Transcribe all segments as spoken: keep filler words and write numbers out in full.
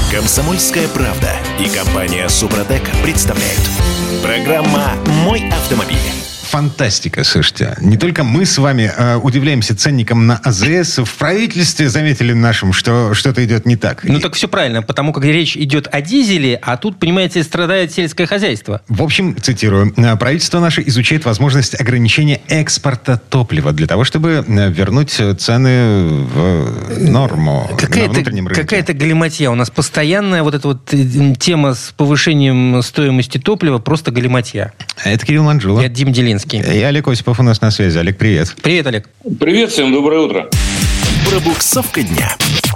Комсомольская правда и компания «Супротек» представляют. Программа «Мой автомобиль». Фантастика, слушайте. Не только мы с вами э, удивляемся ценникам на АЗС. В правительстве заметили нашим, что что-то идет не так. Ну, так все правильно, потому как речь идет о дизеле, а тут, понимаете, страдает сельское хозяйство. В общем, цитирую. Правительство наше изучает возможность ограничения экспорта топлива для того, чтобы вернуть цены в норму какая-то, на внутреннем рынке. Какая-то галиматья. У нас постоянная вот эта вот тема с повышением стоимости топлива, просто галиматья. Это Кирилл Манжула. Это Дим Делинский. И Олег Осипов у нас на связи. Олег, привет. Привет, Олег. Привет, всем доброе утро. Пробуксовка дня.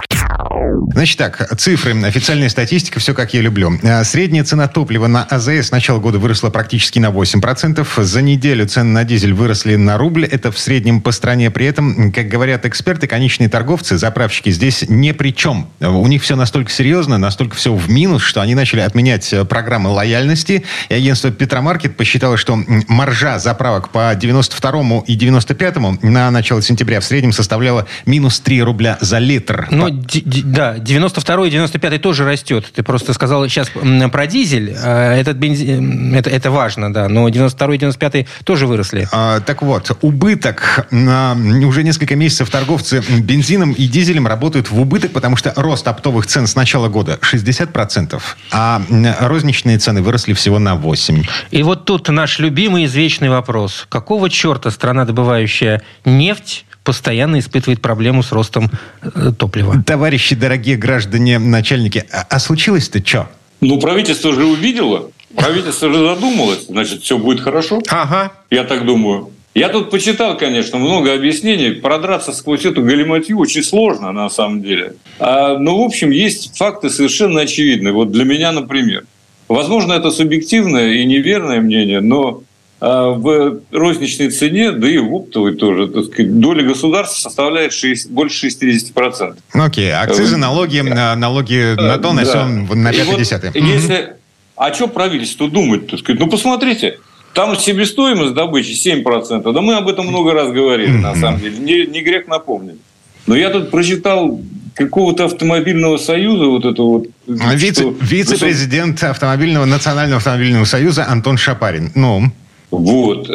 Значит так, цифры, официальная статистика, все как я люблю. Средняя цена топлива на АЗС с начала года выросла практически на восемь процентов. За неделю цены на дизель выросли на рубль. Это в среднем по стране. При этом, как говорят эксперты, конечные торговцы, заправщики здесь ни при чем. У них все настолько серьезно, настолько все в минус, что они начали отменять программы лояльности. И агентство Петромаркет посчитало, что маржа заправок по девяносто второму и девяносто пятому на начало сентября в среднем составляла минус три рубля за литр. Ну, д- д- да, девяносто второй и девяносто пятый тоже растет. Ты просто сказал сейчас про дизель. Этот бензин, это, это важно, да. Но девяносто второй и девяносто пятый тоже выросли. А, так вот, убыток. А, уже несколько месяцев торговцы бензином и дизелем работают в убыток, потому что рост оптовых цен с начала года шестьдесят процентов, а розничные цены выросли всего на восемь процентов. И вот тут наш любимый извечный вопрос. Какого черта страна, добывающая нефть, постоянно испытывает проблему с ростом э, топлива? Товарищи, дорогие граждане, начальники, а, а случилось-то что? Ну, правительство же увидело, правительство же задумалось, значит, все будет хорошо. Ага. Я так думаю. Я тут почитал, конечно, много объяснений. Продраться сквозь эту галиматью очень сложно, на самом деле. А, но, в общем, есть факты совершенно очевидные. Вот для меня, например. Возможно, это субъективное и неверное мнение, но в розничной цене, да и в оптовой тоже, так сказать, доля государства составляет шесть, больше шестьдесят процентов. Окей, акцизы, налоги, налоги на то, на все, на пятое десятое. Если... А что правительство думать, так сказать? Ну, посмотрите, там себестоимость добычи семь процентов. Да мы об этом много раз говорили, на самом деле. Не, не грех напомнить. Но я тут прочитал какого-то автомобильного союза, вот это вот... Вице, что... Вице-президент автомобильного, Национального автомобильного союза Антон Шапарин. Ну... Вот.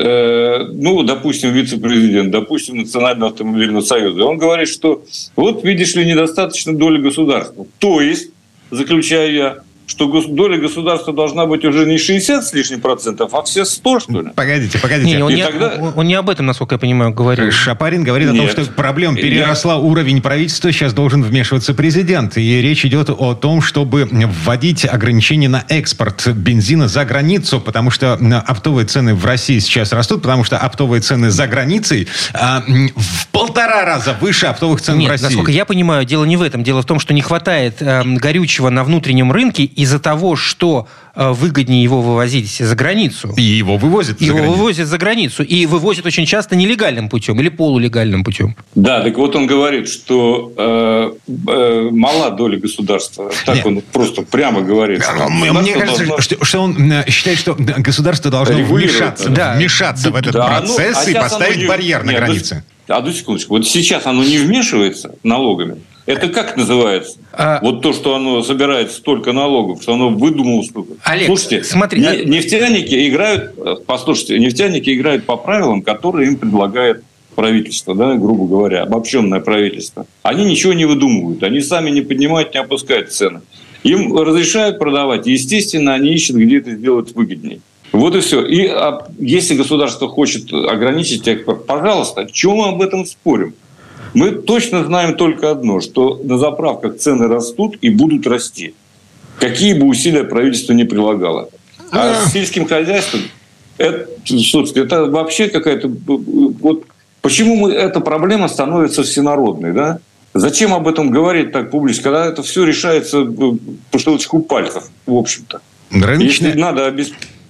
Ну, допустим, вице-президент, допустим, Национального автомобильного союза. Он говорит, что вот, видишь ли, недостаточно доли государства. То есть, заключаю я, что доля государства должна быть уже не шестьдесят с лишним процентов, а все сто, что ли? Погодите, погодите. Не, он, не, тогда... он, он не об этом, насколько я понимаю, говорил. Шапарин говорит Нет. о том, что проблема переросла Нет. уровень правительства, сейчас должен вмешиваться президент. И речь идет о том, чтобы вводить ограничения на экспорт бензина за границу, потому что оптовые цены в России сейчас растут, потому что оптовые цены за границей а, в полтора раза выше оптовых цен Нет, в России. Насколько я понимаю, дело не в этом. Дело в том, что не хватает э, горючего на внутреннем рынке из-за того, что э, выгоднее его вывозить за границу. И его вывозят Его за границу. вывозят за границу. И вывозят очень часто нелегальным путем или полулегальным путем. Да, так вот он говорит, что э, э, мала доля государства. Так Нет. он просто прямо говорит. Что Мне кажется, должно... что, что он считает, что государство должно вмешаться, да. вмешаться да. в этот да, процесс оно, а и поставить барьер не... на Нет, границе. Одну секундочку. Вот сейчас оно не вмешивается налогами. Это как называется? А... Вот то, что оно собирает столько налогов, что оно выдумало столько. Олег, слушайте, смотри, не, нефтяники играют, послушайте, нефтяники играют по правилам, которые им предлагает правительство, да, грубо говоря, обобщенное правительство. Они ничего не выдумывают, они сами не поднимают, не опускают цены. Им разрешают продавать, естественно, они ищут, где это сделать выгоднее. Вот и все. И а, если государство хочет ограничить экспорт, пожалуйста, чего мы об этом спорим? Мы точно знаем только одно, что на заправках цены растут и будут расти. Какие бы усилия правительство ни прилагало. А с сельским хозяйством это, собственно, это вообще какая-то... Вот почему мы, эта проблема становится всенародной, да? Зачем об этом говорить так публично, когда это все решается по щелчку пальцев, в общем-то. Рыночная... Если надо обеспечить...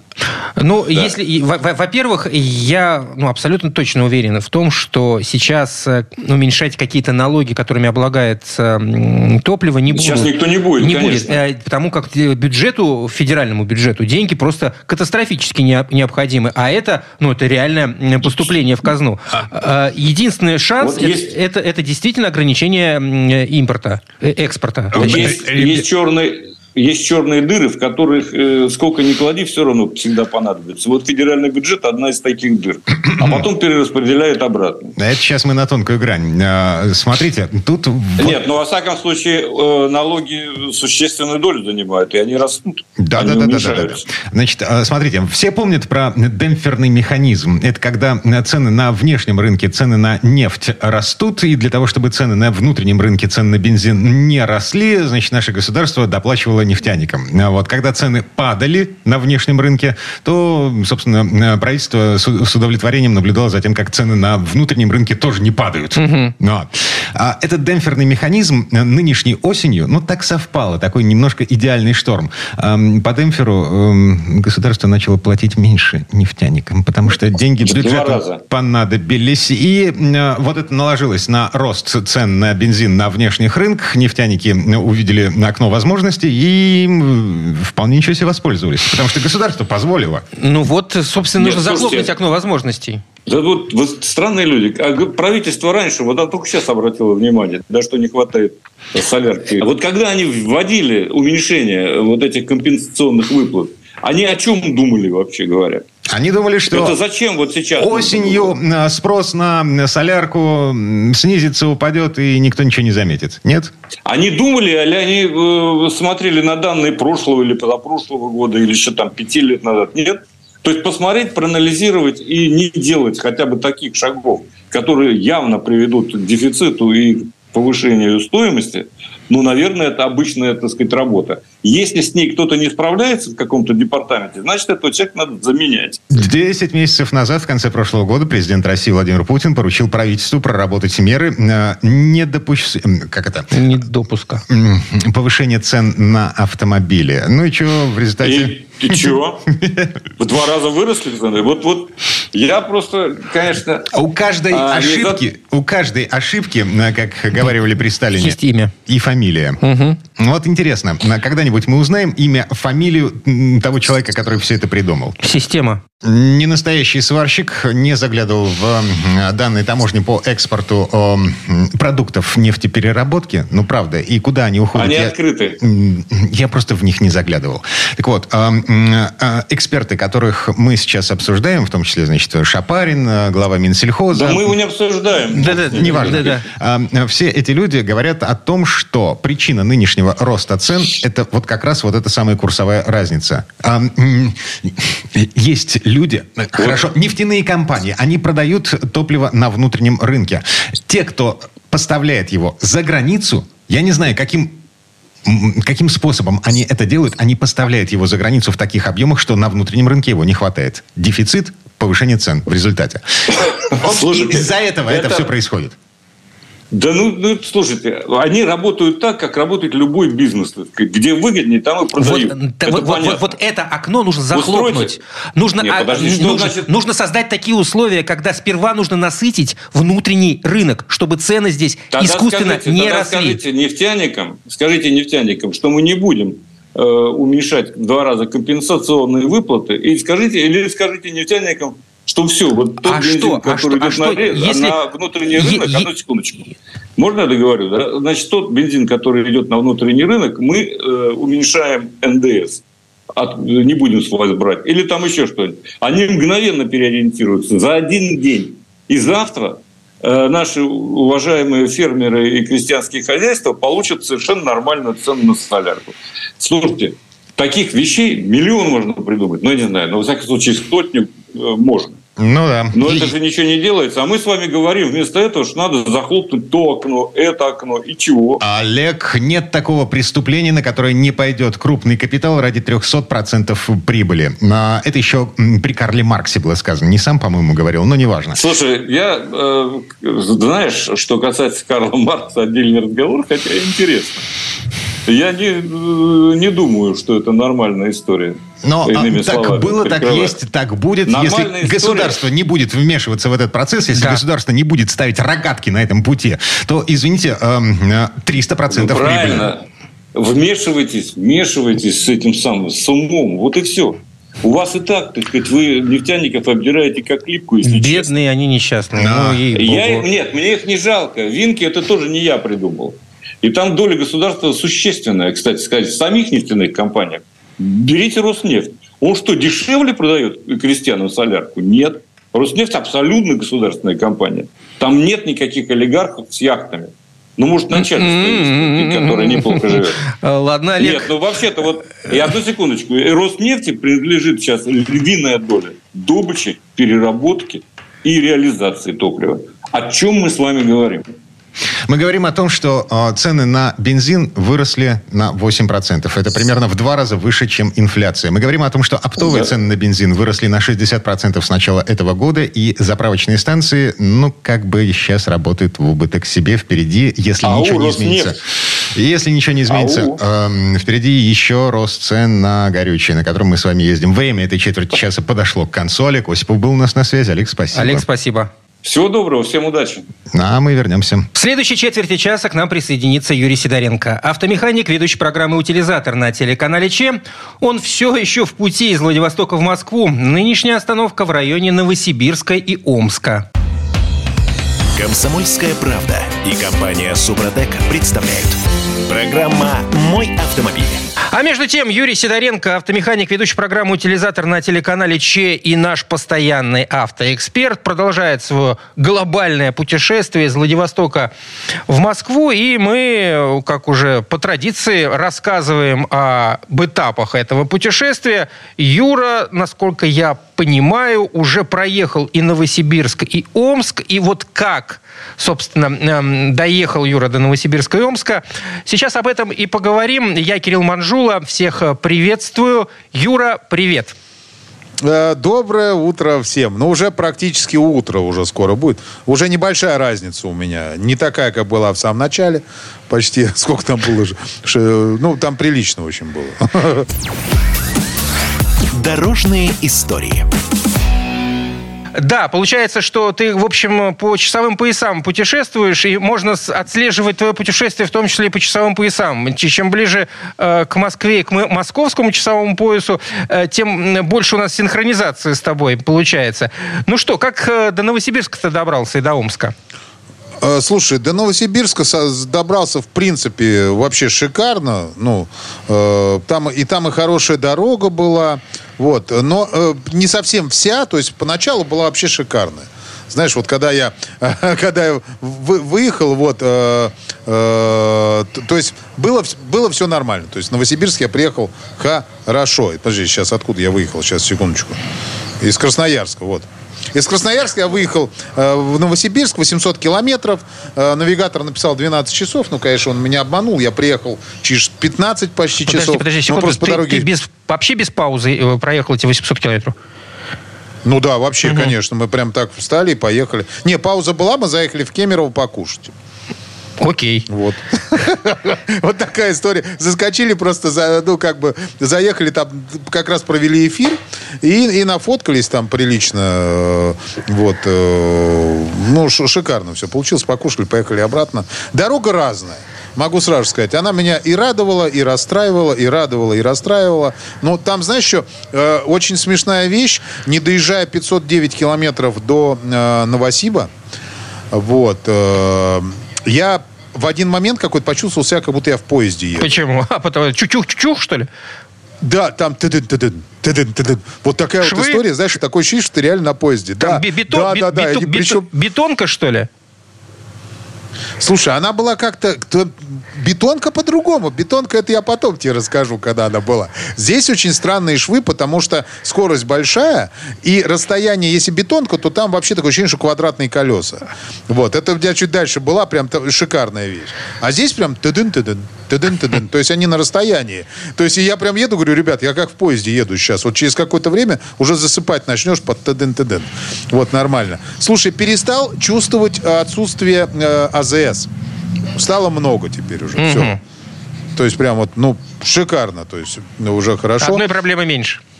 Ну, да. если, во-первых, я ну, абсолютно точно уверен в том, что сейчас уменьшать какие-то налоги, которыми облагается топливо, не будет. Сейчас никто не будет, не конечно. будет, потому как бюджету, федеральному бюджету деньги просто катастрофически необходимы, а это, ну, это реальное поступление в казну. Единственный шанс вот это, есть... это, это действительно ограничение импорта, экспорта. Есть, есть черный... Есть черные дыры, в которых э, сколько ни клади, все равно всегда понадобится. Вот федеральный бюджет – одна из таких дыр. А потом перераспределяют обратно. Это сейчас мы на тонкую грань. Смотрите, тут... Нет, ну, во всяком случае, э, налоги существенную долю занимают, и они растут. Да, они да, да, да, да, да. Значит, смотрите, все помнят про демпферный механизм. Это когда цены на внешнем рынке, цены на нефть растут, и для того, чтобы цены на внутреннем рынке, цены на бензин не росли, значит, наше государство доплачивало нефтяникам. Вот, когда цены падали на внешнем рынке, то, собственно, правительство с удовлетворением наблюдало за тем, как цены на внутреннем рынке тоже не падают. Mm-hmm. Вот. А этот демпферный механизм нынешней осенью, ну, так совпало, такой немножко идеальный шторм. По демпферу государство начало платить меньше нефтяникам, потому что деньги бюджету понадобились. И вот это наложилось на рост цен на бензин на внешних рынках. Нефтяники увидели окно возможностей и вполне ничего себе воспользовались. Потому что государство позволило. Ну вот, собственно, Нет, нужно захлопнуть окно возможностей. Да вот, вот странные люди. А правительство раньше, вот оно только сейчас обратило внимание, да, что не хватает солярки. Вот когда они вводили уменьшение вот этих компенсационных выплат, они о чем думали, вообще говоря? Они думали, что это зачем вот сейчас осенью спрос на солярку снизится, упадет, и никто ничего не заметит. Нет? Они думали, или они смотрели на данные прошлого или позапрошлого года, или еще там пяти лет назад? Нет. То есть посмотреть, проанализировать и не делать хотя бы таких шагов, которые явно приведут к дефициту и повышению стоимости, ну, наверное, это обычная, так сказать, работа. Если с ней кто-то не справляется в каком-то департаменте, значит, этого человека надо заменять. Десять месяцев назад, в конце прошлого года, президент России Владимир Путин поручил правительству проработать меры недопущ... как это? недопуска повышения цен на автомобили. Ну и что в результате... И... И чего? В два раза выросли цены. Вот, вот я просто, конечно... У каждой а, ошибки, за... у каждой ошибки, как говорили при Сталине, есть имя и фамилия. Угу. Вот интересно, когда-нибудь мы узнаем имя, фамилию того человека, который все это придумал? Система. Не настоящий сварщик, не заглядывал в данные таможни по экспорту продуктов нефтепереработки. Ну, правда. И куда они уходят? Они я, открыты. Я просто в них не заглядывал. Так вот, эксперты, которых мы сейчас обсуждаем, в том числе, значит, Шапарин, глава Минсельхоза. Да мы его не обсуждаем. Да, да, неважно. Да, да. Все эти люди говорят о том, что причина нынешнего роста цен – это вот как раз вот эта самая курсовая разница. Есть люди, хорошо, нефтяные компании, они продают топливо на внутреннем рынке. Те, кто поставляет его за границу, я не знаю, каким, каким способом они это делают, они поставляют его за границу в таких объемах, что на внутреннем рынке его не хватает. Дефицит, повышение цен в результате. Из-за этого это все происходит. Да ну, ну, слушайте, они работают так, как работает любой бизнес. Где выгоднее, там и продают. Вот, это, вот, вот, вот это окно нужно захлопнуть. Нужно, Нет, подожди, а, нужно, значит... нужно создать такие условия, когда сперва нужно насытить внутренний рынок, чтобы цены здесь тогда искусственно скажите, не тогда росли. Скажите нефтяникам, скажите нефтяникам, что мы не будем э, уменьшать в два раза компенсационные выплаты. И скажите, или скажите нефтяникам, что все, вот тот а бензин, что? который а идет что? на, А если... на внутренний рынок, е- одну секундочку. Можно я договорю? Да? Значит, тот бензин, который идет на внутренний рынок, мы э, уменьшаем эн дэ эс. От, не будем с вас брать. Или там еще что-нибудь. Они мгновенно переориентируются за один день. И завтра э, наши уважаемые фермеры и крестьянские хозяйства получат совершенно нормальную цену на солярку. Слушайте, таких вещей миллион можно придумать. Ну, я не знаю, но, во всяком случае, сотню э, можно. Ну да. Но и... это же ничего не делается. А мы с вами говорим вместо этого, что надо захлопнуть то окно, это окно и чего. Олег, нет такого преступления, на которое не пойдет крупный капитал ради триста процентов прибыли. Это еще при Карле Марксе было сказано. Не сам, по-моему, говорил, но неважно. Слушай, я, э, знаешь, что касается Карла Маркса, отдельный разговор, хотя интересно. Я не, не думаю, что это нормальная история. Но иными так словами, было, так прикрывать. есть, так будет, Нормальная если история. государство не будет вмешиваться в этот процесс, если Да. государство не будет ставить рогатки на этом пути, то, извините, эм, триста процентов Ну, прибыли. правильно. Вмешивайтесь, вмешивайтесь с этим самым, с умом. Вот и все. У вас и так, так сказать, вы нефтяников обдираете как липку, если честно. Бедные они несчастные. Да. Ну, ей-богу. Я, нет, мне их не жалко. Винки это тоже не я придумал. И там доля государства существенная, кстати сказать, в самих нефтяных компаниях. Берите Роснефть. Он что, дешевле продает крестьянам солярку? Нет. Роснефть абсолютно государственная компания. Там нет никаких олигархов с яхтами. Ну, может, начальство есть, которое неплохо живет. Ладно, Олег. Нет, ну вообще-то вот, и одну секундочку, и Роснефти принадлежит сейчас львиная доля добычи, переработки и реализации топлива. О чем мы с вами говорим? Мы говорим о том, что э, цены на бензин выросли на восемь процентов. Это примерно в два раза выше, чем инфляция. Мы говорим о том, что оптовые Да. цены на бензин выросли на шестьдесят процентов с начала этого года, и заправочные станции, ну, как бы сейчас работают в убыток себе впереди, если Ау, ничего не Роснефть. изменится. И если ничего не изменится, Ау. эм, впереди еще рост цен на горючее, на котором мы с вами ездим. Время этой четверти часа подошло к концу. Олег Осипов был у нас на связи. Олег, спасибо. Олег, спасибо. Всего доброго, всем удачи. А мы вернемся. В следующей четверти часа к нам присоединится Юрий Сидоренко, автомеханик, ведущий программы «Утилизатор» на телеканале Че. Он все еще в пути из Владивостока в Москву. Нынешняя остановка в районе Новосибирска и Омска. «Комсомольская правда» и компания «Супротек» представляют. Программа «Мой автомобиль». А между тем, Юрий Сидоренко, автомеханик, ведущий программу «Утилизатор» на телеканале Че и наш постоянный автоэксперт, продолжает свое глобальное путешествие из Владивостока в Москву. И мы, как уже по традиции, рассказываем об этапах этого путешествия. Юра, насколько я понимаю, уже проехал и Новосибирск, и Омск. И вот как, собственно, доехал Юра до Новосибирска и Омска, сейчас об этом и поговорим. Я Кирилл Манжула, всех приветствую. Юра, привет. Доброе утро всем. Ну, уже практически утро уже скоро будет. Уже небольшая разница у меня. Не такая, как была в самом начале. Почти, сколько там было же. Ну, там прилично очень было. Дорожные истории. Да, получается, что ты, в общем, по часовым поясам путешествуешь, и можно отслеживать твое путешествие, в том числе и по часовым поясам. Чем ближе э, к Москве, к московскому часовому поясу, э, тем больше у нас синхронизации с тобой получается. Ну что, как э, до Новосибирска ты добрался и до Омска? Слушай, до Новосибирска добрался, в принципе, вообще шикарно. Ну, э, там, и там и хорошая дорога была. Вот. Но э, не совсем вся. То есть поначалу была вообще шикарная. Знаешь, вот когда я, когда я выехал, вот, э, э, то, то есть было, было все нормально. То есть в Новосибирск я приехал хорошо. Подожди, сейчас откуда я выехал? Сейчас, секундочку. Из Красноярска, вот. Из Красноярска я выехал э, в Новосибирск, восемьсот километров. Э, навигатор написал двенадцать часов. Ну, конечно, он меня обманул. Я приехал через пятнадцать почти Подожди, часов. подожди, секунду. Ну, просто Ты, по дороге... ты без, вообще без паузы проехал эти восемьсот километров? Ну да, вообще, угу. конечно. Мы прям так встали и поехали. Не, пауза была, мы заехали в Кемерово покушать. Окей. Вот. Вот такая история. Заскочили просто, за, ну, как бы, заехали там, как раз провели эфир и, и нафоткались там прилично. Вот. Ну, шикарно все получилось. Покушали, поехали обратно. Дорога разная. Могу сразу сказать, она меня и радовала, и расстраивала, и радовала, и расстраивала. Но там, знаешь, что, э, очень смешная вещь. Не доезжая пятьсот девять километров до э, Новосиба, вот, э, я в один момент какой-то почувствовал себя, как будто я в поезде еду. Почему? А потом чух-чух-чух, что ли? Да, там тыдын, тыдын, тыдын, тыдын. Вот такая Швы? Вот история, знаешь, такое ощущение, что ты реально на поезде. Там да, бетон, да, бет, да, да. Бетон, Они, причем... Бетонка, что ли? Слушай, она была как-то... Бетонка по-другому. Бетонка, это я потом тебе расскажу, когда она была. Здесь очень странные швы, потому что скорость большая, и расстояние, если бетонка, то там вообще такое ощущение, что квадратные колеса. Вот. Это у меня чуть дальше была прям шикарная вещь. А здесь прям тыдын-тыдын, тыдын-тыдын. То есть они на расстоянии. То есть я прям еду, говорю, ребят, я как в поезде еду сейчас. Вот через какое-то время уже засыпать начнешь под тыдын-тыдын. Вот, нормально. Слушай, перестал чувствовать отсутствие э, АЗС. Стало много теперь уже. Mm-hmm. Все. То есть прям вот, ну, шикарно. То есть ну, уже хорошо. Одной проблемы меньше.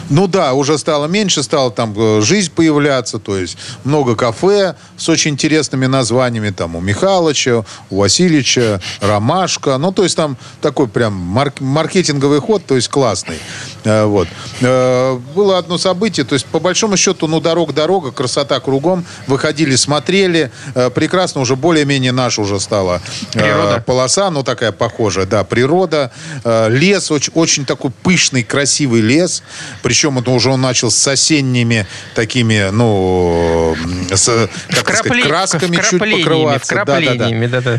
Ну да, уже стало меньше, стала там жизнь появляться, то есть много кафе с очень интересными названиями, там у Михалыча, у Васильевича, Ромашка, ну то есть там такой прям марк- маркетинговый ход, то есть классный. Э, вот. Э, было одно событие, то есть по большому счету, ну дорога-дорога, красота кругом, выходили, смотрели, э, прекрасно, уже более-менее наша уже стала э, полоса, ну такая похожая, да, природа, э, лес, очень, очень такой пышный, красивый лес. Причем это уже он начал с осенними такими, ну, с, как Вкрапле... сказать, красками чуть покрываться. Вкраплениями, да-да.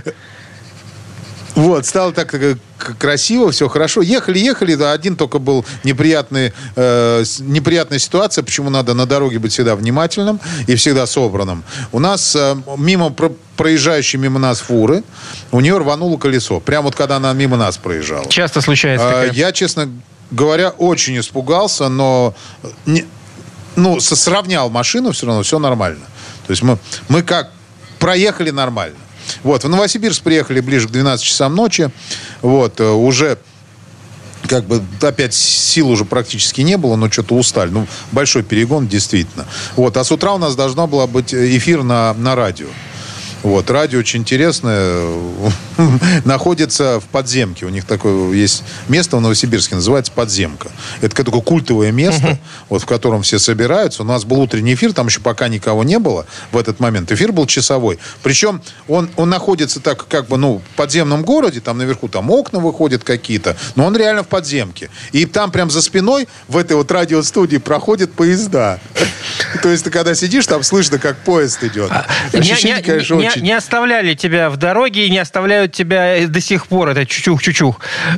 Вот, стало так красиво, все хорошо. Ехали, ехали, да, один только был неприятный, э, неприятная ситуация, почему надо на дороге быть всегда внимательным и всегда собранным. У нас э, мимо про, проезжающей мимо нас фуры, у нее рвануло колесо, прямо вот когда она мимо нас проезжала. Часто случается такое. Э, я, честно говоря, очень испугался, но не, ну, сравнял машину, все равно все нормально. То есть мы, мы как проехали нормально. Вот, в Новосибирск приехали ближе к двенадцати часам ночи. Вот, уже как бы опять сил уже практически не было, но что-то устали. Ну, большой перегон, действительно. Вот, а с утра у нас должна была быть эфир на, на радио. Вот, радио очень интересное, находится в подземке. У них такое есть место в Новосибирске, называется подземка. Это такое культовое место, uh-huh. вот, в котором все собираются. У нас был утренний эфир, там еще пока никого не было в этот момент. Эфир был часовой. Причем он, он находится так, как бы, ну, в подземном городе, там наверху там окна выходят какие-то, но он реально в подземке. И там прям за спиной в этой вот радиостудии проходят поезда. То есть ты когда сидишь, там слышно, как поезд идет. Ощущение, конечно, очень... Не оставляли тебя в дороге и не оставляют тебя до сих пор. Это чучух-чучух.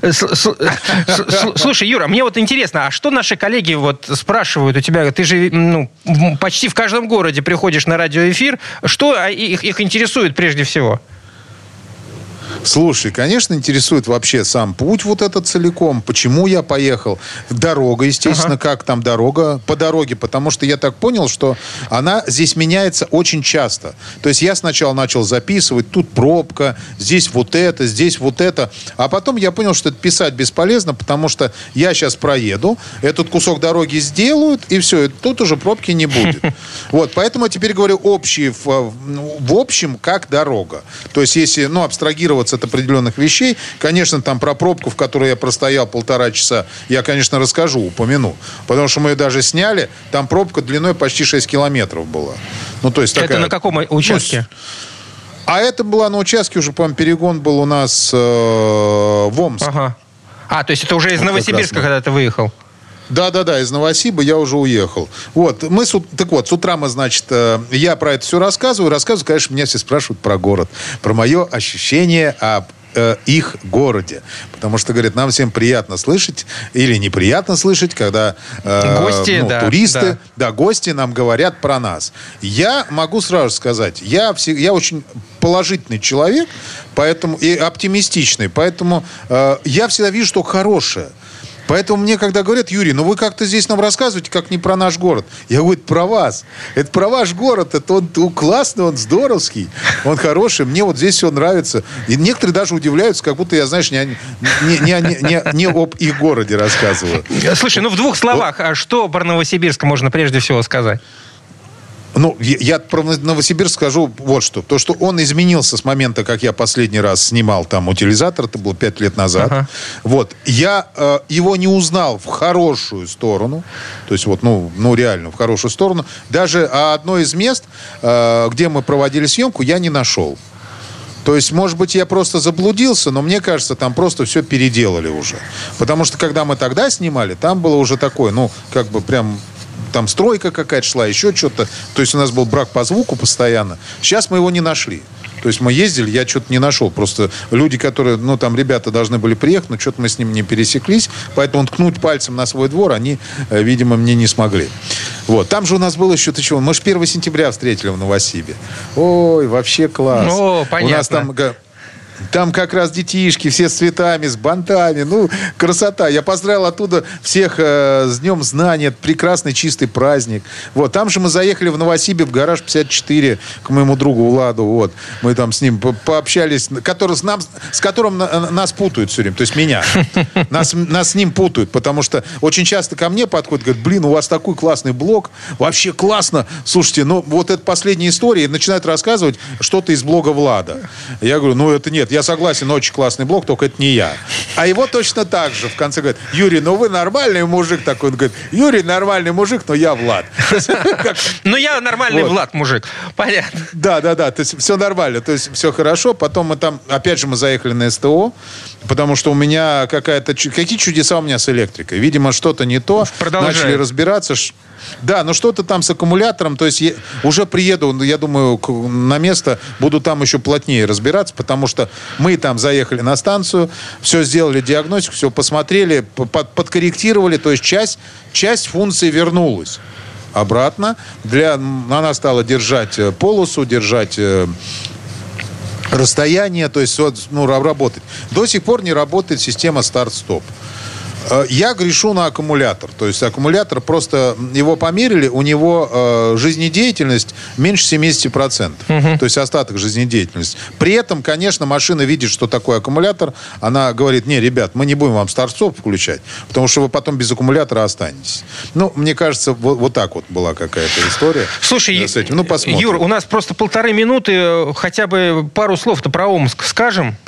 Слушай, Юра, мне вот интересно, а что наши коллеги вот спрашивают у тебя? Ты же ну, почти в каждом городе приходишь на радиоэфир. Что их, их интересует прежде всего? Слушай, конечно, интересует вообще сам путь вот этот целиком. Почему я поехал? Дорога, естественно, ага. как там дорога? По дороге, потому что я так понял, что она здесь меняется очень часто. То есть я сначала начал записывать, тут пробка, здесь вот это, здесь вот это. А потом я понял, что это писать бесполезно, потому что я сейчас проеду, этот кусок дороги сделают, и все, и тут уже пробки не будет. Вот, поэтому я теперь говорю общие, в, в общем, как дорога. То есть если, ну, абстрагироваться от определенных вещей. Конечно, там про пробку, в которой я простоял полтора часа, я, конечно, расскажу, упомяну. Потому что мы ее даже сняли, там пробка длиной почти шесть километров была. Ну, то есть такая... Это на каком участке? Ну, а это была на участке, уже, по-моему, перегон был у нас э, в Омске. Ага. А, то есть это уже из вот Новосибирска, когда ты выехал? Да-да-да, из Новосиба я уже уехал. Вот, мы, с, так вот, с утра мы, значит, я про это все рассказываю. Рассказываю, конечно, меня все спрашивают про город, про мое ощущение об э, их городе. Потому что, говорят, нам всем приятно слышать или неприятно слышать, когда э, гости, ну, да, туристы, да. да, гости нам говорят про нас. Я могу сразу сказать, я, все, я очень положительный человек, поэтому и оптимистичный, поэтому э, я всегда вижу, что хорошее. Поэтому мне, когда говорят, Юрий, ну вы как-то здесь нам рассказываете, как не про наш город. Я говорю, это про вас. Это про ваш город. Это он, он классный, он здоровский, он хороший. Мне вот здесь все нравится. И некоторые даже удивляются, как будто я, знаешь, не, не, не, не, не, не об их городе рассказываю. Слушай, ну в двух словах, вот. Что про Новосибирск можно прежде всего сказать? Ну, я, я про Новосибирск скажу вот что. То, что он изменился с момента, как я последний раз снимал там утилизатор, это было пять лет назад. Ага. Вот. Я э, его не узнал в хорошую сторону. То есть, вот, ну, ну, реально, в хорошую сторону. Даже одно из мест, э, где мы проводили съемку, я не нашел. То есть, может быть, я просто заблудился, но мне кажется, там просто все переделали уже. Потому что, когда мы тогда снимали, там было уже такое, ну, как бы прям... Там стройка какая-то шла, еще что-то. То есть у нас был брак по звуку постоянно. Сейчас мы его не нашли. То есть мы ездили, я что-то не нашел. Просто люди, которые, ну, там, ребята должны были приехать, но что-то мы с ними не пересеклись. Поэтому ткнуть пальцем на свой двор они, видимо, мне не смогли. Вот. Там же у нас было еще, ты чего? Мы же первого сентября встретили в Новосибе. Ой, вообще класс. О, понятно. У нас там... Там как раз детишки, все с цветами, с бантами. Ну, красота. Я поздравил оттуда всех э, с Днем Знаний. Это прекрасный чистый праздник. Вот. Там же мы заехали в Новосибирск, в гараж пятьдесят четыре, к моему другу Владу. Вот. Мы там с ним пообщались, который, с, нам, с которым на, нас путают все время. То есть меня. Нас, нас с ним путают, потому что очень часто ко мне подходят, говорят, блин, у вас такой классный блог. Вообще классно. Слушайте, ну вот это последняя история. И начинают рассказывать что-то из блога Влада. Я говорю, ну это нет. Я согласен, очень классный блог, только это не я. А его точно так же в конце говорит, Юрий, ну вы нормальный мужик такой. Он говорит, Юрий нормальный мужик, но я Влад. Ну я нормальный Влад мужик. Понятно. Да, да, да. То есть все нормально. То есть все хорошо. Потом мы там, опять же, мы заехали на СТО, потому что у меня какая-то... Какие чудеса у меня с электрикой? Видимо, что-то не то. Продолжай. Начали разбираться. Да, но что-то там с аккумулятором. То есть я уже приеду, я думаю, на место, буду там еще плотнее разбираться, потому что мы там заехали на станцию, все сделали диагностику, все посмотрели, подкорректировали. То есть часть, часть функций вернулась обратно. Для, она стала держать полосу, держать расстояние, то есть ну, работать. До сих пор не работает система старт-стоп. Я грешу на аккумулятор. То есть аккумулятор просто его померили, у него э, жизнедеятельность меньше семьдесят процентов. Угу. То есть остаток жизнедеятельности. При этом, конечно, машина видит, что такое аккумулятор. Она говорит, не, ребят, мы не будем вам старт-стоп включать, потому что вы потом без аккумулятора останетесь. Ну, мне кажется, вот, вот так вот была какая-то история. Слушай, с этим. Ну, посмотрим. Юр, у нас просто полторы минуты. Хотя бы пару слов-то про Омск скажем.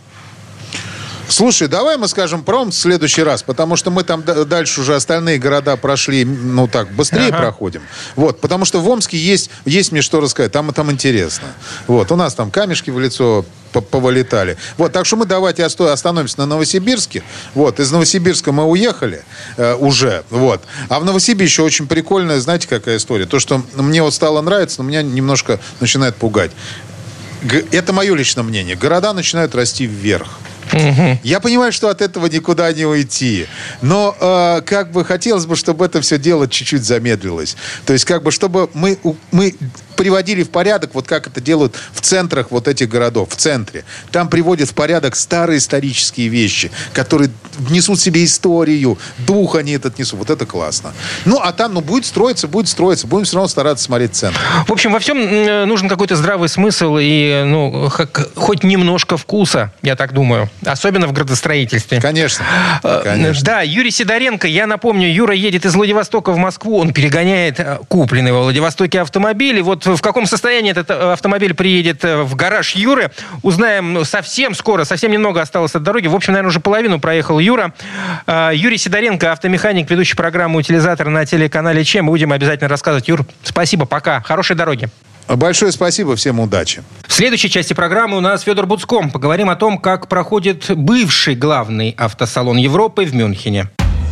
Слушай, давай мы скажем про Омск в следующий раз, потому что мы там дальше уже остальные города прошли, ну так, быстрее ага. проходим. Вот, потому что в Омске есть, есть мне что рассказать, там, там интересно. Вот, у нас там камешки в лицо повылетали. Вот, так что мы давайте остановимся на Новосибирске. Вот, из Новосибирска мы уехали э, уже, вот. А в Новосибирске очень прикольная, знаете, какая история? То, что мне вот стало нравиться, но меня немножко начинает пугать. Г- это мое личное мнение. Города начинают расти вверх. Угу. Я понимаю, что от этого никуда не уйти. Но э, как бы хотелось бы, чтобы это все дело чуть-чуть замедлилось. То есть как бы, чтобы мы, мы приводили в порядок, вот как это делают в центрах вот этих городов, в центре. Там приводят в порядок старые исторические вещи, которые несут в себе историю, дух они этот несут. Вот это классно. Ну, а там, ну, будет строиться, будет строиться. Будем все равно стараться смотреть центр. В общем, во всем нужен какой-то здравый смысл и, ну, хоть немножко вкуса, я так думаю. Особенно в градостроительстве. Конечно. Конечно. Да, Юрий Сидоренко. Я напомню, Юра едет из Владивостока в Москву. Он перегоняет купленный во Владивостоке автомобиль. И вот в каком состоянии этот автомобиль приедет в гараж Юры, узнаем совсем скоро. Совсем немного осталось от дороги. В общем, наверное, уже половину проехал Юра. Юрий Сидоренко, автомеханик, ведущий программу «Утилизатор» на телеканале ЧЕМ. Будем обязательно рассказывать. Юр, спасибо, пока. Хорошей дороги. Большое спасибо, всем удачи. В следующей части программы у нас Федор Буцко. Поговорим о том, как проходит бывший главный автосалон Европы в Мюнхене.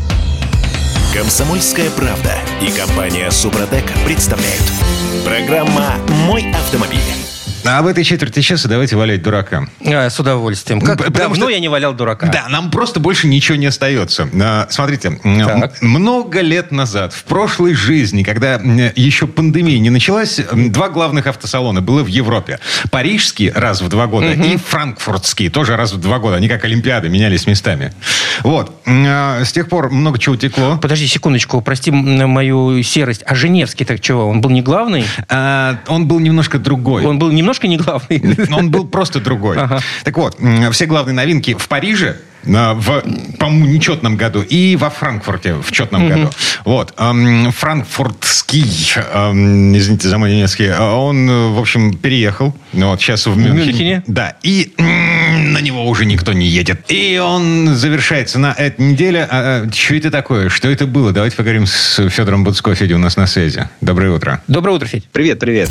«Комсомольская правда» и компания «Супротек» представляют. Программа «Мой автомобиль». А в этой четверти часа давайте валять дурака. А, с удовольствием. Как Потому давно что... я не валял дурака. Да, нам просто больше ничего не остается. А, смотрите, так. много лет назад, в прошлой жизни, когда еще пандемия не началась, два главных автосалона было в Европе. Парижский раз в два года угу. и франкфуртский тоже раз в два года. Они как Олимпиады менялись местами. Вот. А, с тех пор много чего утекло. Подожди секундочку, прости мою серость. А Женевский так чего? Он был не главный? А, он был немножко другой. Он был немножко не главный. Он был просто другой. Ага. Так вот, все главные новинки в Париже в, по-моему, нечетном году и во Франкфурте в четном mm-hmm. году. Вот. Эм, франкфуртский, эм, извините за мой немецкий, он, в общем, переехал. Вот, сейчас в Мюнхене. Мюнхене? Да. И м- на него уже никто не едет. И он завершается на этой неделе. А, а, что это такое? Что это было? Давайте поговорим с Федором Буцко. Федя у нас на связи. Доброе утро. Доброе утро, Федь. Привет, привет.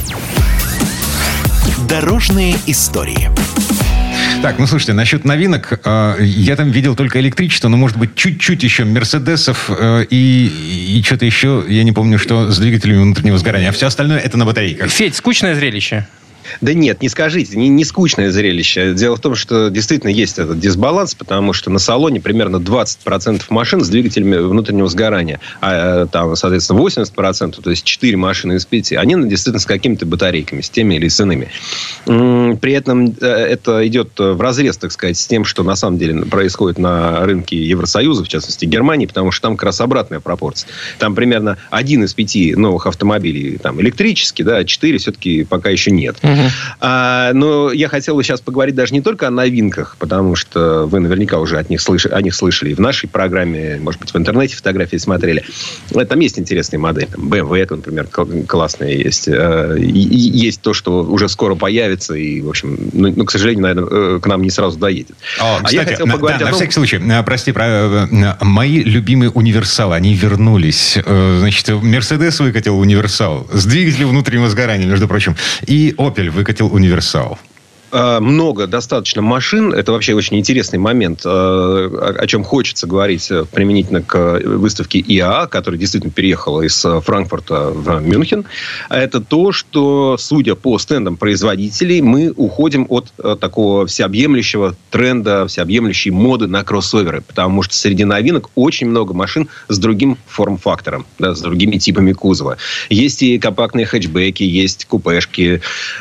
Дорожные истории. Так, ну слушайте, насчет новинок, э, я там видел только электричество, но, может быть, чуть-чуть еще Мерседесов э, и, и что-то еще, я не помню, что с двигателями внутреннего сгорания. А все остальное это на батарейках. Федь, скучное зрелище. Да нет, не скажите, не, не скучное зрелище. Дело в том, что действительно есть этот дисбаланс, потому что на салоне примерно двадцать процентов машин с двигателями внутреннего сгорания, а там, соответственно, восемьдесят процентов, то есть четыре машины из пяти, они действительно с какими-то батарейками, с теми или с иными. При этом это идет вразрез, так сказать, с тем, что на самом деле происходит на рынке Евросоюза, в частности Германии, потому что там как раз обратная пропорция. Там примерно один из пяти новых автомобилей там, электрический, да, а четыре все-таки пока еще нет. Угу. А, но я хотел бы сейчас поговорить даже не только о новинках, потому что вы наверняка уже от них слыш... о них слышали и в нашей программе, может быть, в интернете фотографии смотрели. Там есть интересные модели. Там бэ эм вэ, например, классные есть. Есть то, что уже скоро появится и, в общем, ну, ну к сожалению, наверное, к нам не сразу доедет. О, кстати, а я хотел на, поговорить да, о том... на всякий случай, прости, про, мои любимые универсалы, они вернулись. Значит, Мерседес выкатил универсал с двигателем внутреннего сгорания, между прочим, и Opel выкатил универсал. Много достаточно машин. Это вообще очень интересный момент, о чем хочется говорить применительно к выставке ай эй а, которая действительно переехала из Франкфурта в Мюнхен. Это то, что, судя по стендам производителей, мы уходим от такого всеобъемлющего тренда, всеобъемлющей моды на кроссоверы. Потому что среди новинок очень много машин с другим форм-фактором, да, с другими типами кузова. Есть и компактные хэтчбеки, есть купешки,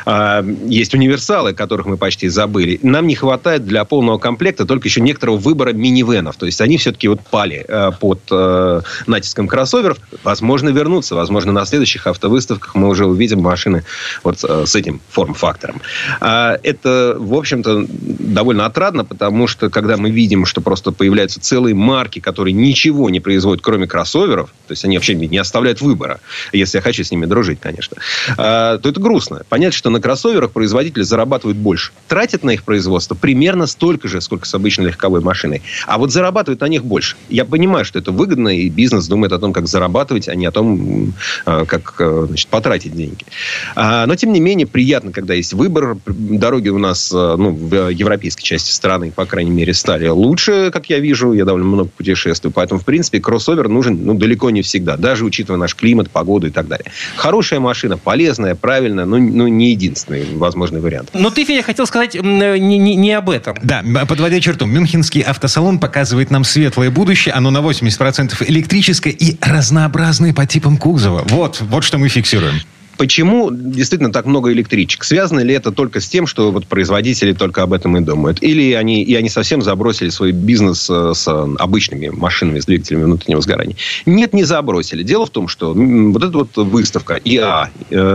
есть универсалы, которые мы почти забыли. Нам не хватает для полного комплекта только еще некоторого выбора минивенов. То есть они все-таки вот пали э, под э, натиском кроссоверов. Возможно, вернутся. Возможно, на следующих автовыставках мы уже увидим машины вот э, с этим форм-фактором. А это, в общем-то, довольно отрадно, потому что когда мы видим, что просто появляются целые марки, которые ничего не производят, кроме кроссоверов, то есть они вообще не оставляют выбора, если я хочу с ними дружить, конечно, а, то это грустно. Понятно, что на кроссоверах производители зарабатывают больше. Тратят на их производство примерно столько же, сколько с обычной легковой машиной. А вот зарабатывают на них больше. Я понимаю, что это выгодно, и бизнес думает о том, как зарабатывать, а не о том, как, значит, потратить деньги. Но, тем не менее, приятно, когда есть выбор. Дороги у нас, ну, в европейской части страны, по крайней мере, стали лучше, как я вижу. Я довольно много путешествую. Поэтому, в принципе, кроссовер нужен, ну, далеко не всегда. Даже учитывая наш климат, погоду и так далее. Хорошая машина, полезная, правильная, но, но не единственный возможный вариант. Но ты, Федя, хотел сказать не, не, не об этом. Да, подводя черту, Мюнхенский автосалон показывает нам светлое будущее. Оно на восемьдесят процентов электрическое и разнообразное по типам кузова. Вот, вот что мы фиксируем. Почему действительно так много электричек? Связано ли это только с тем, что вот производители только об этом и думают? Или они, и они совсем забросили свой бизнес с обычными машинами, с двигателями внутреннего сгорания? Нет, не забросили. Дело в том, что вот эта вот выставка ай эй а...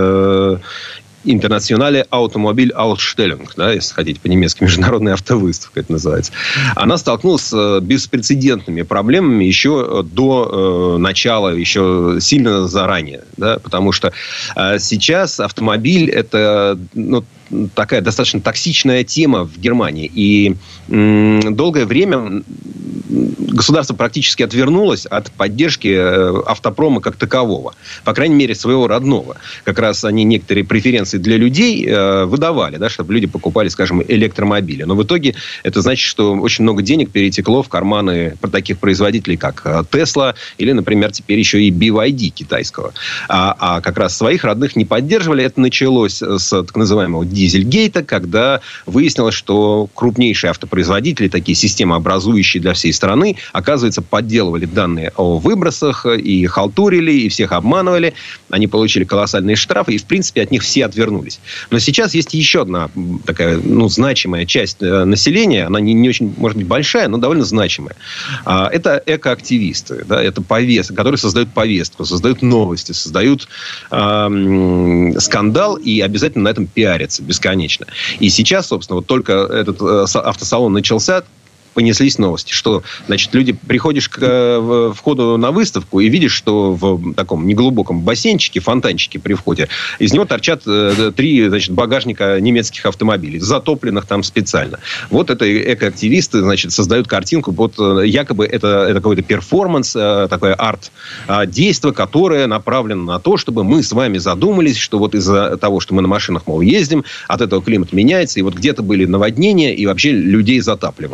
Э- Internationale Automobil-Ausstellung, да, если хотите по-немецки, международная автовыставка это называется. Она столкнулась с беспрецедентными проблемами еще до э, начала, еще сильно заранее. Да, потому что э, сейчас автомобиль это, ну, такая достаточно токсичная тема в Германии. И м, долгое время государство практически отвернулось от поддержки автопрома как такового. По крайней мере, своего родного. Как раз они некоторые преференции для людей э, выдавали, да, чтобы люди покупали, скажем, электромобили. Но в итоге это значит, что очень много денег перетекло в карманы таких производителей, как Tesla или, например, теперь еще и би вай ди китайского. А, а как раз своих родных не поддерживали. Это началось с так называемого дизельгейта, когда выяснилось, что крупнейшие автопроизводители, такие системообразующие для всей страны, оказывается, подделывали данные о выбросах и халтурили, и всех обманывали. Они получили колоссальные штрафы, и, в принципе, от них все отвернулись. Но сейчас есть еще одна такая, ну, значимая часть населения. Она не, не очень, может быть, большая, но довольно значимая. Это экоактивисты, да, это повестки, которые создают повестку, создают новости, создают э, скандал и обязательно на этом пиарятся бесконечно. И сейчас, собственно, вот только этот автосалон начался, понеслись новости, что, значит, люди, приходишь к э, входу на выставку и видишь, что в таком неглубоком бассейнчике, фонтанчике при входе, из него торчат э, три, значит, багажника немецких автомобилей, затопленных там специально. Вот это экоактивисты, значит, создают картинку, вот якобы это, это какой-то перформанс, э, такое арт-действо, которое направлено на то, чтобы мы с вами задумались, что вот из-за того, что мы на машинах, мол, ездим, от этого климат меняется, и вот где-то были наводнения, и вообще людей затапливало. Ну, даже в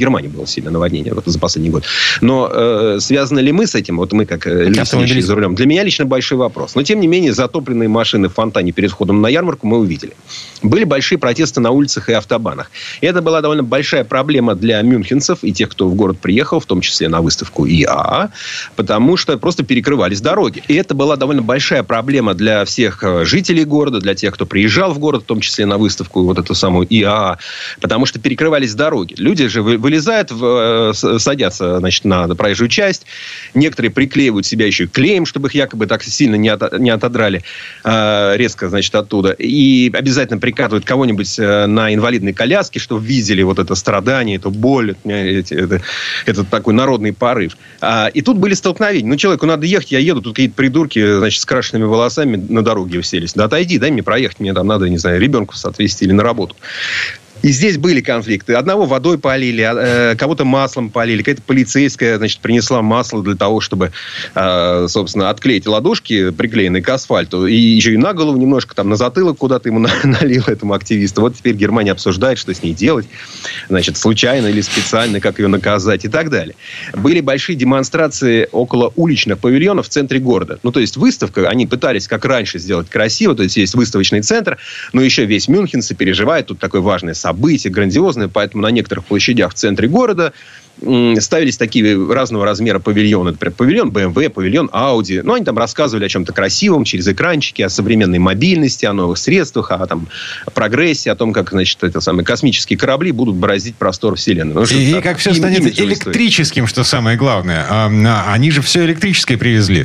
Германии было сильное наводнение вот, за последний год. Но э, связаны ли мы с этим? Вот мы, как люди, сидящие за рулем. Для меня лично большой вопрос. Но, тем не менее, затопленные машины в фонтане перед входом на ярмарку мы увидели. Были большие протесты на улицах и автобанах. И это была довольно большая проблема для мюнхенцев и тех, кто в город приехал, в том числе на выставку и а а, потому что просто перекрывались дороги. И это была довольно большая проблема для всех жителей города, для тех, кто приезжал в город, в том числе на выставку, вот эту самую и а а, потому что перекрывались дороги. Люди же вылезают, в, садятся, значит, на проезжую часть. Некоторые приклеивают себя еще клеем, чтобы их якобы так сильно не, от, не отодрали э, резко, значит, оттуда. И обязательно прикатывают кого-нибудь на инвалидной коляске, чтобы видели вот это страдание, эту боль, это, это, этот такой народный порыв. А, и тут были столкновения. Ну, человеку надо ехать, я еду, тут какие-то придурки, значит, с крашенными волосами на дороге уселись. Да отойди, дай мне проехать, мне там надо, не знаю, ребенку отвезти или на работу. И здесь были конфликты. Одного водой полили, э, кого-то маслом полили. Какая-то полицейская, значит, принесла масло для того, чтобы, э, собственно, отклеить ладошки, приклеенные к асфальту. И еще и на голову немножко, там, на затылок куда-то ему налил этому активисту. Вот теперь Германия обсуждает, что с ней делать. Значит, случайно или специально, как ее наказать и так далее. Были большие демонстрации около уличных павильонов в центре города. Ну, то есть, выставка, они пытались, как раньше, сделать красиво. То есть, есть выставочный центр, но еще весь Мюнхен сопереживает. Тут такое важное событие. Событие грандиозное, поэтому на некоторых площадях в центре города ставились такие разного размера павильоны. Например, павильон бэ эм вэ, павильон Audi. Ну, они там рассказывали о чем-то красивом через экранчики, о современной мобильности, о новых средствах, о там, прогрессе, о том, как, значит, это самые космические корабли будут бороздить простор Вселенной. Ну, и так, как все станет электрическим, что самое главное. А, они же все электрическое привезли.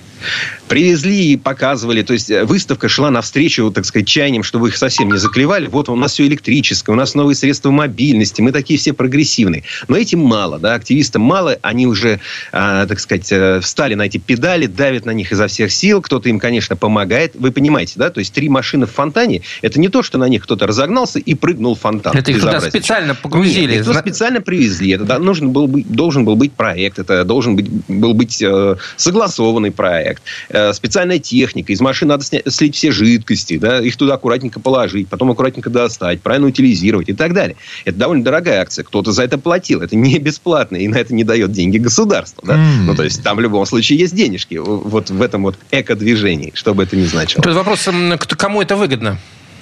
Привезли и показывали. То есть, выставка шла навстречу, так сказать, чаяниям, чтобы их совсем не заклевали. Вот у нас все электрическое, у нас новые средства мобильности. Мы такие все прогрессивные. Но этим мало, да, активистам мало. Они уже, э, так сказать, встали на эти педали, давят на них изо всех сил. Кто-то им, конечно, помогает. Вы понимаете, да? То есть, три машины в фонтане, это не то, что на них кто-то разогнался и прыгнул в фонтан. Это их туда специально погрузили. Нет, их туда специально привезли. Это да, нужен был быть, должен был быть проект. Это должен быть, был быть э, согласованный проект. Специальная техника. Из машин надо снять, слить все жидкости, да, их туда аккуратненько положить, потом аккуратненько достать, правильно утилизировать и так далее. Это довольно дорогая акция. Кто-то за это платил. Это не бесплатно. И на это не дает деньги государство. Да? Mm. Ну, то есть, там в любом случае есть денежки. Вот в этом вот эко-движении, что бы это ни значило. Тут вопрос, кому это выгодно?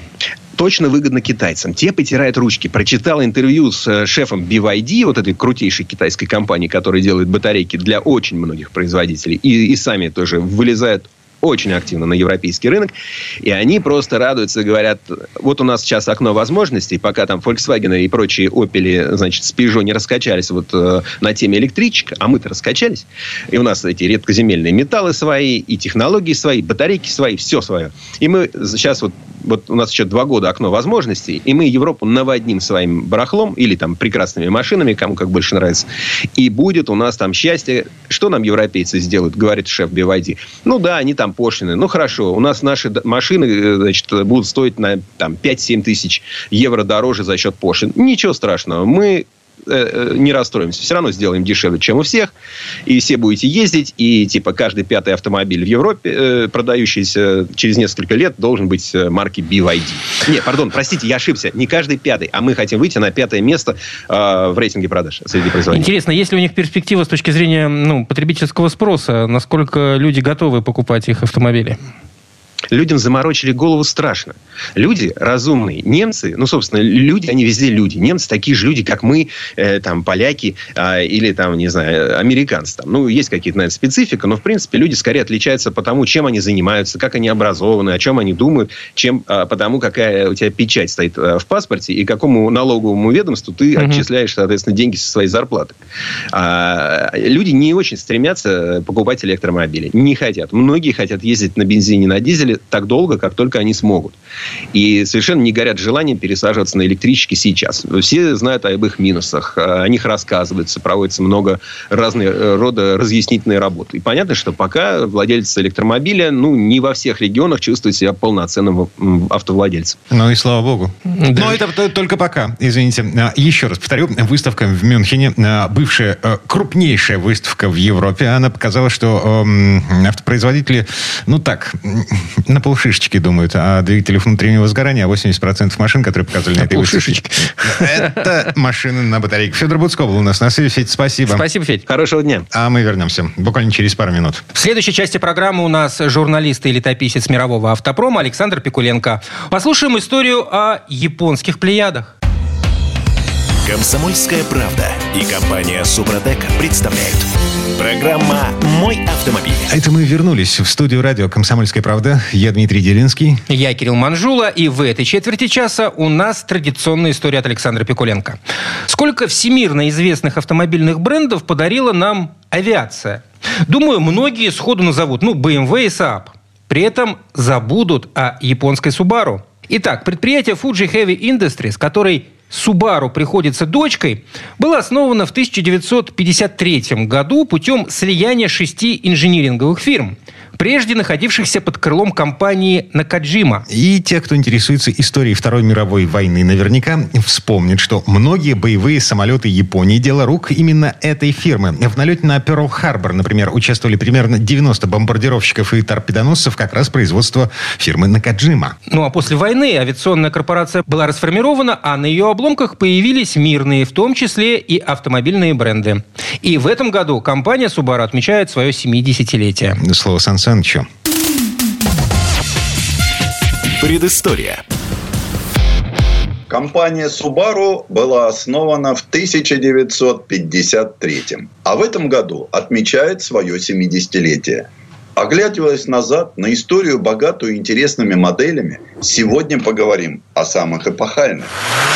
Точно выгодно китайцам. Те потирают ручки. Прочитал интервью с шефом би вай ди, вот этой крутейшей китайской компании, которая делает батарейки для очень многих производителей. И, и сами тоже вылезают очень активно на европейский рынок. И они просто радуются, говорят, вот у нас сейчас окно возможностей, пока там Volkswagen и прочие Opel, значит, с Peugeot не раскачались вот э, на теме электричек, а мы-то раскачались. И у нас эти редкоземельные металлы свои, и технологии свои, батарейки свои, все свое. И мы сейчас вот, вот у нас еще два года окно возможностей, и мы Европу наводним своим барахлом или там прекрасными машинами, кому как больше нравится. И будет у нас там счастье. Что нам европейцы сделают, говорит шеф би вай ди. Ну да, они там пошлины. Ну, хорошо, у нас наши машины, значит, будут стоить на там, пять-семь тысяч евро дороже за счет пошлин. Ничего страшного. Мы э, не расстроимся. Все равно сделаем дешевле, чем у всех. И все будете ездить. И, типа, каждый пятый автомобиль в Европе, э, продающийся через несколько лет, должен быть марки би вай ди. Не, пардон, простите, я ошибся. Не каждый пятый. А мы хотим выйти на пятое место э, в рейтинге продаж среди производителей. Интересно, есть ли у них перспектива с точки зрения ну, потребительского спроса? Насколько люди готовы покупать их автомобили? Людям заморочили голову страшно. Люди разумные. Немцы, ну, собственно, люди, они везде люди. Немцы такие же люди, как мы, э, там, поляки э, или, там, не знаю, американцы. Там. Ну, есть какие-то, наверное, специфика, но, в принципе, люди скорее отличаются по тому, чем они занимаются, как они образованы, о чем они думают, чем э, по тому, какая у тебя печать стоит э, в паспорте и какому налоговому ведомству ты mm-hmm. отчисляешь, соответственно, деньги со своей зарплаты. А, люди не очень стремятся покупать электромобили. Не хотят. Многие хотят ездить на бензине, на дизеле так долго, как только они смогут. И совершенно не горят желанием пересаживаться на электрички сейчас. Все знают об их минусах. О них рассказывается, проводится много разных рода разъяснительной работы. И понятно, что пока владелец электромобиля, ну, не во всех регионах чувствует себя полноценным автовладельцем. Ну и слава богу. Да. Но это только пока, извините. Еще раз повторю, выставка в Мюнхене, бывшая крупнейшая выставка в Европе, она показала, что автопроизводители, ну так, На полшишечки думают о двигателях внутреннего сгорания, а восемьдесят процентов машин, которые показывали на, на этой выставке, это машины на батарейках. Федор Буцко был у нас на связи. Федь, спасибо. Спасибо, Федь. Хорошего дня. А мы вернемся буквально через пару минут. В следующей части программы у нас журналист и летописец мирового автопрома Александр Пикуленко. Послушаем историю о японских плеядах. «Комсомольская правда» и компания «Супротек» представляют. Программа «Мой автомобиль». А это мы вернулись в студию радио «Комсомольская правда». Я Дмитрий Делинский. Я Кирилл Манжула. И в этой четверти часа у нас традиционная история от Александра Пикуленко. Сколько всемирно известных автомобильных брендов подарила нам авиация? Думаю, многие сходу назовут, ну, бэ эм вэ и Saab. При этом забудут о японской Subaru. Итак, предприятие Fuji Heavy Industries, которой Subaru приходится дочкой, было основано в тысяча девятьсот пятьдесят третьем году путем слияния шести инжиниринговых фирм, прежде находившихся под крылом компании Накаджима. И те, кто интересуется историей Второй мировой войны, наверняка вспомнят, что многие боевые самолеты Японии – дело рук именно этой фирмы. В налете на Пёрл-Харбор, например, участвовали примерно девяносто бомбардировщиков и торпедоносцев как раз производства фирмы Накаджима. Ну а после войны авиационная корпорация была расформирована, а на ее обломках появились мирные, в том числе и автомобильные бренды. И в этом году компания Subaru отмечает свое семидесятилетие. Слово Сан Санычу. Предыстория. Компания Subaru была основана в тысяча девятьсот пятьдесят третьем, а в этом году отмечает свое семидесятилетие. Оглядываясь назад на историю, богатую интересными моделями, сегодня поговорим о самых эпохальных.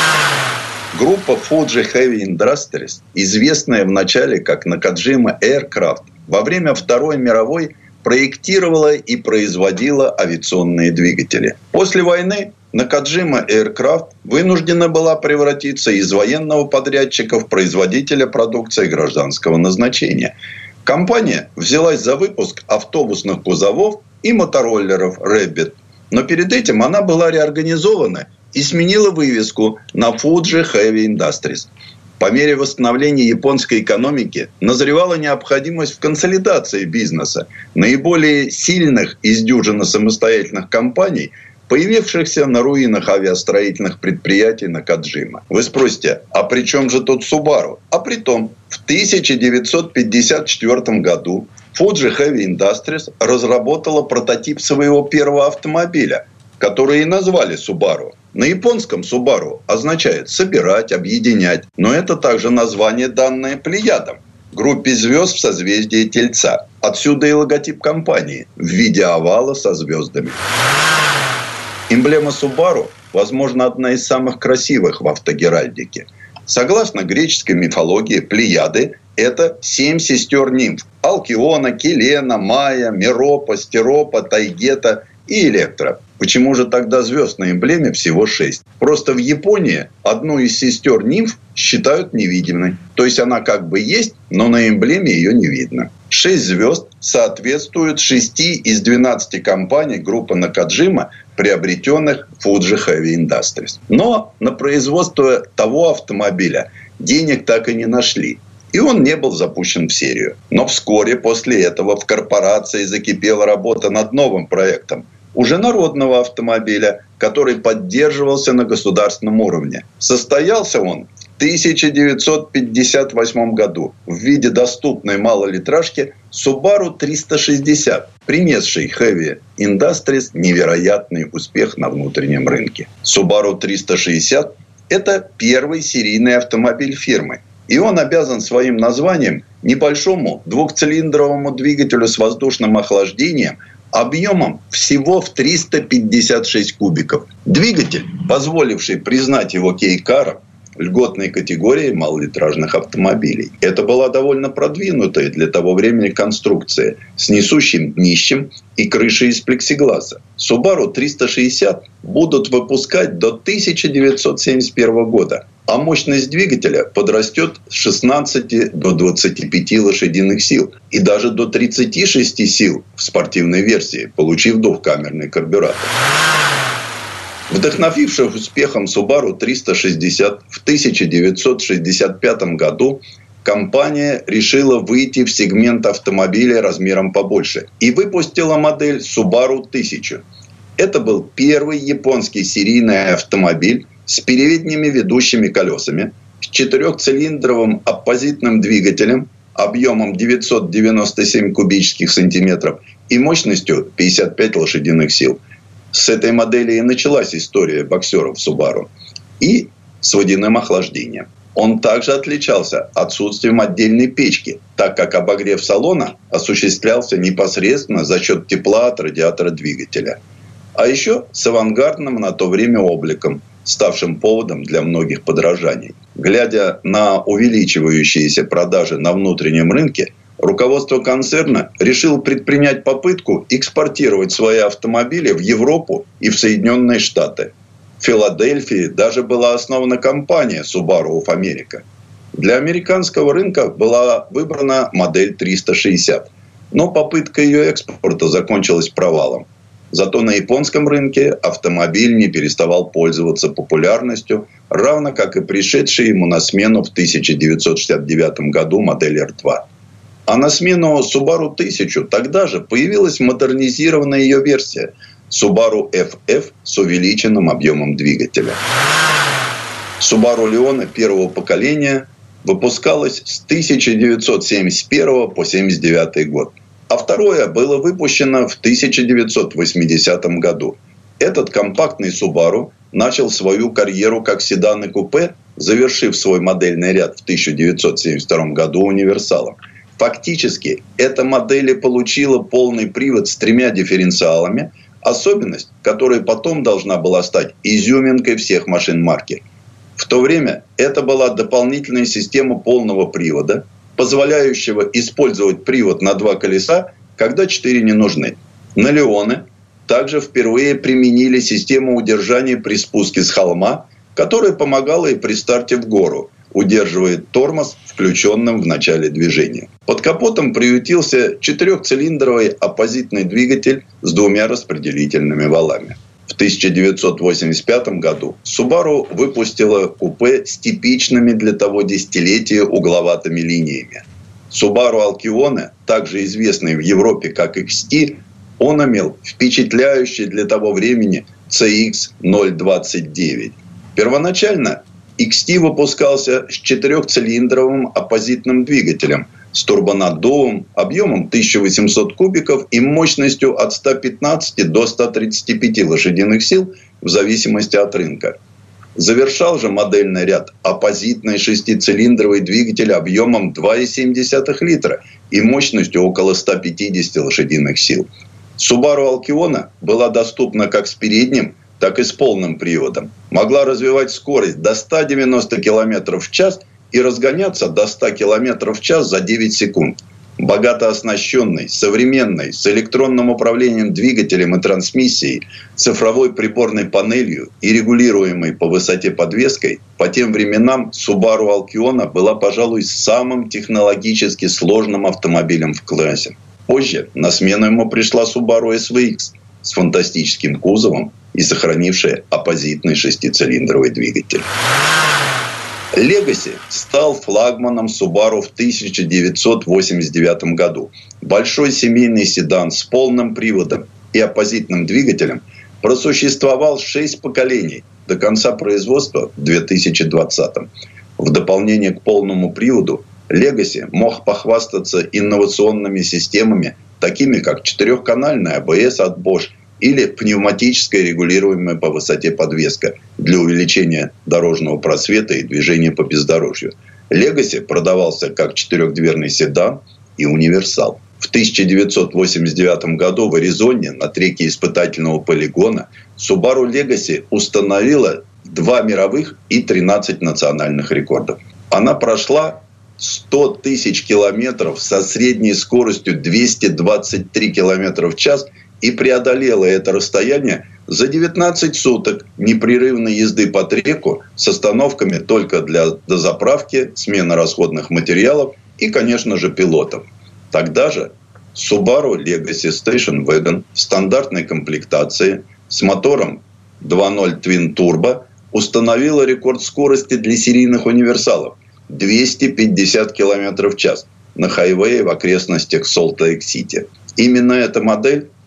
Группа Fuji Heavy Industries, известная в начале как Nakajima Aircraft, во время Второй мировой проектировала и производила авиационные двигатели. После войны Nakajima Aircraft вынуждена была превратиться из военного подрядчика в производителя продукции гражданского назначения. Компания взялась за выпуск автобусных кузовов и мотороллеров Rabbit. Но перед этим она была реорганизована и сменила вывеску на Fuji Heavy Industries. По мере восстановления японской экономики назревала необходимость в консолидации бизнеса наиболее сильных из дюжины самостоятельных компаний, появившихся на руинах авиастроительных предприятий Накаджима. Вы спросите, а при чем же тут Subaru? А при том, в тысяча девятьсот пятьдесят четвёртом году Fuji Heavy Industries разработала прототип своего первого автомобиля, который и назвали Subaru. На японском Subaru означает «собирать», «объединять», но это также название, данное Плеядам, группе звезд в созвездии Тельца. Отсюда и логотип компании в виде овала со звездами. Эмблема Subaru, возможно, одна из самых красивых в автогеральдике. Согласно греческой мифологии, Плеяды – это семь сестер нимф – Алкиона, Келена, Майя, Меропа, Стеропа, Тайгета и Электра. Почему же тогда звезд на эмблеме всего шесть? Просто в Японии одну из сестер нимф считают невидимой. То есть она как бы есть, но на эмблеме ее не видно. Шесть звезд соответствуют шести из двенадцати компаний группы Накаджима, приобретенных Fuji Heavy Industries. Но на производство того автомобиля денег так и не нашли. И он не был запущен в серию. Но вскоре после этого в корпорации закипела работа над новым проектом. Уже народного автомобиля, который поддерживался на государственном уровне. Состоялся он в тысяча девятьсот пятьдесят восьмом году в виде доступной малолитражки Subaru триста шестьдесят, принесшей Heavy Industries невероятный успех на внутреннем рынке. Subaru триста шестьдесят – это первый серийный автомобиль фирмы. И он обязан своим названием небольшому двухцилиндровому двигателю с воздушным охлаждением объемом всего в триста пятьдесят шесть кубиков. Двигатель, позволивший признать его кейкаром, льготной категории малолитражных автомобилей. Это была довольно продвинутая для того времени конструкция с несущим днищем и крышей из плексигласа. Subaru триста шестьдесят будут выпускать до тысяча девятьсот семьдесят первого года, а мощность двигателя подрастет с шестнадцати до двадцати пяти лошадиных сил и даже до тридцати шести сил в спортивной версии, получив двухкамерный карбюратор. Вдохновившись успехом Subaru триста шестьдесят в тысяча девятьсот шестьдесят пятом году, компания решила выйти в сегмент автомобилей размером побольше и выпустила модель Subaru тысячу. Это был первый японский серийный автомобиль с передними ведущими колесами, с четырехцилиндровым оппозитным двигателем объемом девятьсот девяносто семь кубических сантиметров и мощностью пятьдесят пять лошадиных сил. С этой модели и началась история боксеров Subaru. И с водяным охлаждением. Он также отличался отсутствием отдельной печки, так как обогрев салона осуществлялся непосредственно за счет тепла от радиатора двигателя. А еще с авангардным на то время обликом, ставшим поводом для многих подражаний. Глядя на увеличивающиеся продажи на внутреннем рынке, руководство концерна решило предпринять попытку экспортировать свои автомобили в Европу и в Соединенные Штаты. В Филадельфии даже была основана компания Subaru of America. Для американского рынка была выбрана модель триста шестьдесят, но попытка ее экспорта закончилась провалом. Зато на японском рынке автомобиль не переставал пользоваться популярностью, равно как и пришедшая ему на смену в тысяча девятьсот шестьдесят девятом году модель эр два. А на смену Subaru тысяча тогда же появилась модернизированная ее версия Subaru эф эф с увеличенным объемом двигателя. Subaru Leona первого поколения выпускалась с тысяча девятьсот семьдесят первого по семьдесят девятый год, а второе было выпущено в тысяча девятьсот восьмидесятом году. Этот компактный Subaru начал свою карьеру как седан и купе, завершив свой модельный ряд в тысяча девятьсот семьдесят втором году универсалом. Фактически, эта модель получила полный привод с тремя дифференциалами, особенность, которая потом должна была стать изюминкой всех машин марки. В то время это была дополнительная система полного привода, позволяющего использовать привод на два колеса, когда четыре не нужны. На Леоне также впервые применили систему удержания при спуске с холма, которая помогала и при старте в гору, удерживая тормоз включенным в начале движения. Под капотом приютился четырехцилиндровый оппозитный двигатель с двумя распределительными валами. В тысяча девятьсот восемьдесят пятом году Subaru выпустила купе с типичными для того десятилетия угловатыми линиями. Subaru Alkyone, также известный в Европе как икс ти, он имел впечатляющий для того времени си икс ноль двадцать девять. Первоначально икс ти выпускался с четырехцилиндровым оппозитным двигателем с турбонаддувом объемом тысяча восемьсот кубиков и мощностью от ста пятнадцати до ста тридцати пяти лошадиных сил в зависимости от рынка. Завершал же модельный ряд оппозитный шестицилиндровый двигатель объемом два и семь десятых литра и мощностью около ста пятидесяти лошадиных сил. Subaru Alkyone была доступна как с передним, так и с полным приводом. Могла развивать скорость до ста девяноста километров в час и разгоняться до ста километров в час за девять секунд. Богато оснащенный, современный, с электронным управлением двигателем и трансмиссией, цифровой приборной панелью и регулируемой по высоте подвеской, по тем временам Subaru Alkyone была, пожалуй, самым технологически сложным автомобилем в классе. Позже на смену ему пришла Subaru эс ви икс с фантастическим кузовом и сохранившая оппозитный шестицилиндровый двигатель. Legacy стал флагманом Subaru в тысяча девятьсот восемьдесят девятом году. Большой семейный седан с полным приводом и оппозитным двигателем просуществовал шесть поколений до конца производства в две тысячи двадцатом. В дополнение к полному приводу Legacy мог похвастаться инновационными системами, такими как четырехканальный а бэ эс от Bosch или пневматическая регулируемая по высоте подвеска для увеличения дорожного просвета и движения по бездорожью. Legacy продавался как четырехдверный седан и универсал. В тысяча девятьсот восемьдесят девятом году в Аризоне на треке испытательного полигона Subaru Legacy установила два мировых и тринадцать национальных рекордов. Она прошла сто тысяч километров со средней скоростью двести двадцать три километра в час и преодолела это расстояние за девятнадцать суток непрерывной езды по треку с остановками только для дозаправки, смены расходных материалов и, конечно же, пилотов. Тогда же Subaru Legacy Station Wagon в стандартной комплектации с мотором два ноль Twin Turbo установила рекорд скорости для серийных универсалов – двести пятьдесят километров в час на хайвее в окрестностях Солт-Лейк-Сити. Именно эта модель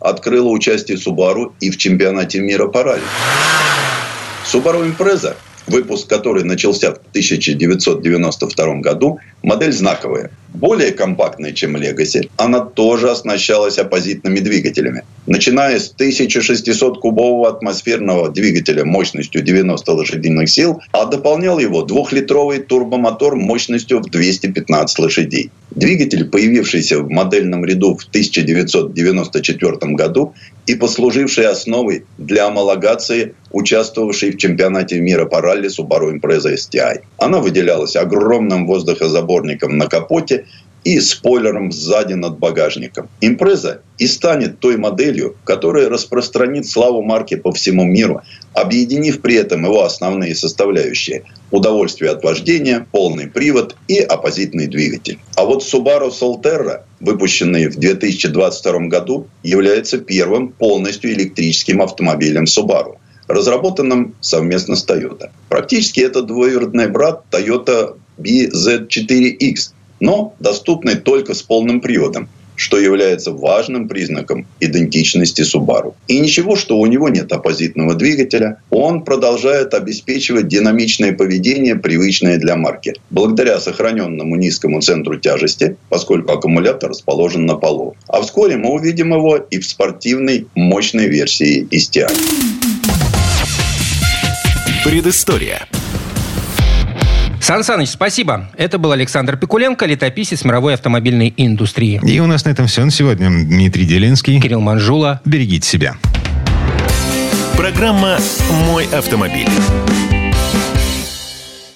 открыла участие Subaru и в чемпионате мира по ралли. Subaru Impreza, выпуск которой начался в тысяча девятьсот девяносто втором году, модель знаковая. Более компактная, чем Legacy, она тоже оснащалась оппозитными двигателями. Начиная с тысяча шестисот кубового атмосферного двигателя мощностью девяносто лошадиных сил, а дополнял его двухлитровый турбомотор мощностью в двести пятнадцать лошадей. Двигатель, появившийся в модельном ряду в тысяча девятьсот девяносто четвёртом году и послуживший основой для homологации участвовавшей в чемпионате мира по ралли Subaru Impreza эс ти ай. Она выделялась огромным воздухозаборником на капоте и спойлером сзади над багажником. Impreza и станет той моделью, которая распространит славу марки по всему миру, объединив при этом его основные составляющие – удовольствие от вождения, полный привод и оппозитный двигатель. А вот Subaru Solterra, выпущенный в две тысячи двадцать втором году, является первым полностью электрическим автомобилем Subaru, разработанным совместно с Toyota. Практически это двоюродный брат Toyota би зет четыре икс, но доступный только с полным приводом, что является важным признаком идентичности Subaru. И ничего, что у него нет оппозитного двигателя, он продолжает обеспечивать динамичное поведение, привычное для марки, благодаря сохраненному низкому центру тяжести, поскольку аккумулятор расположен на полу. А вскоре мы увидим его и в спортивной мощной версии эс ти ай. Предыстория. Сан Саныч, спасибо. Это был Александр Пикуленко, летописец мировой автомобильной индустрии. И у нас на этом все на сегодня. Дмитрий Делинский. Кирилл Манжула. Берегите себя. Программа «Мой автомобиль».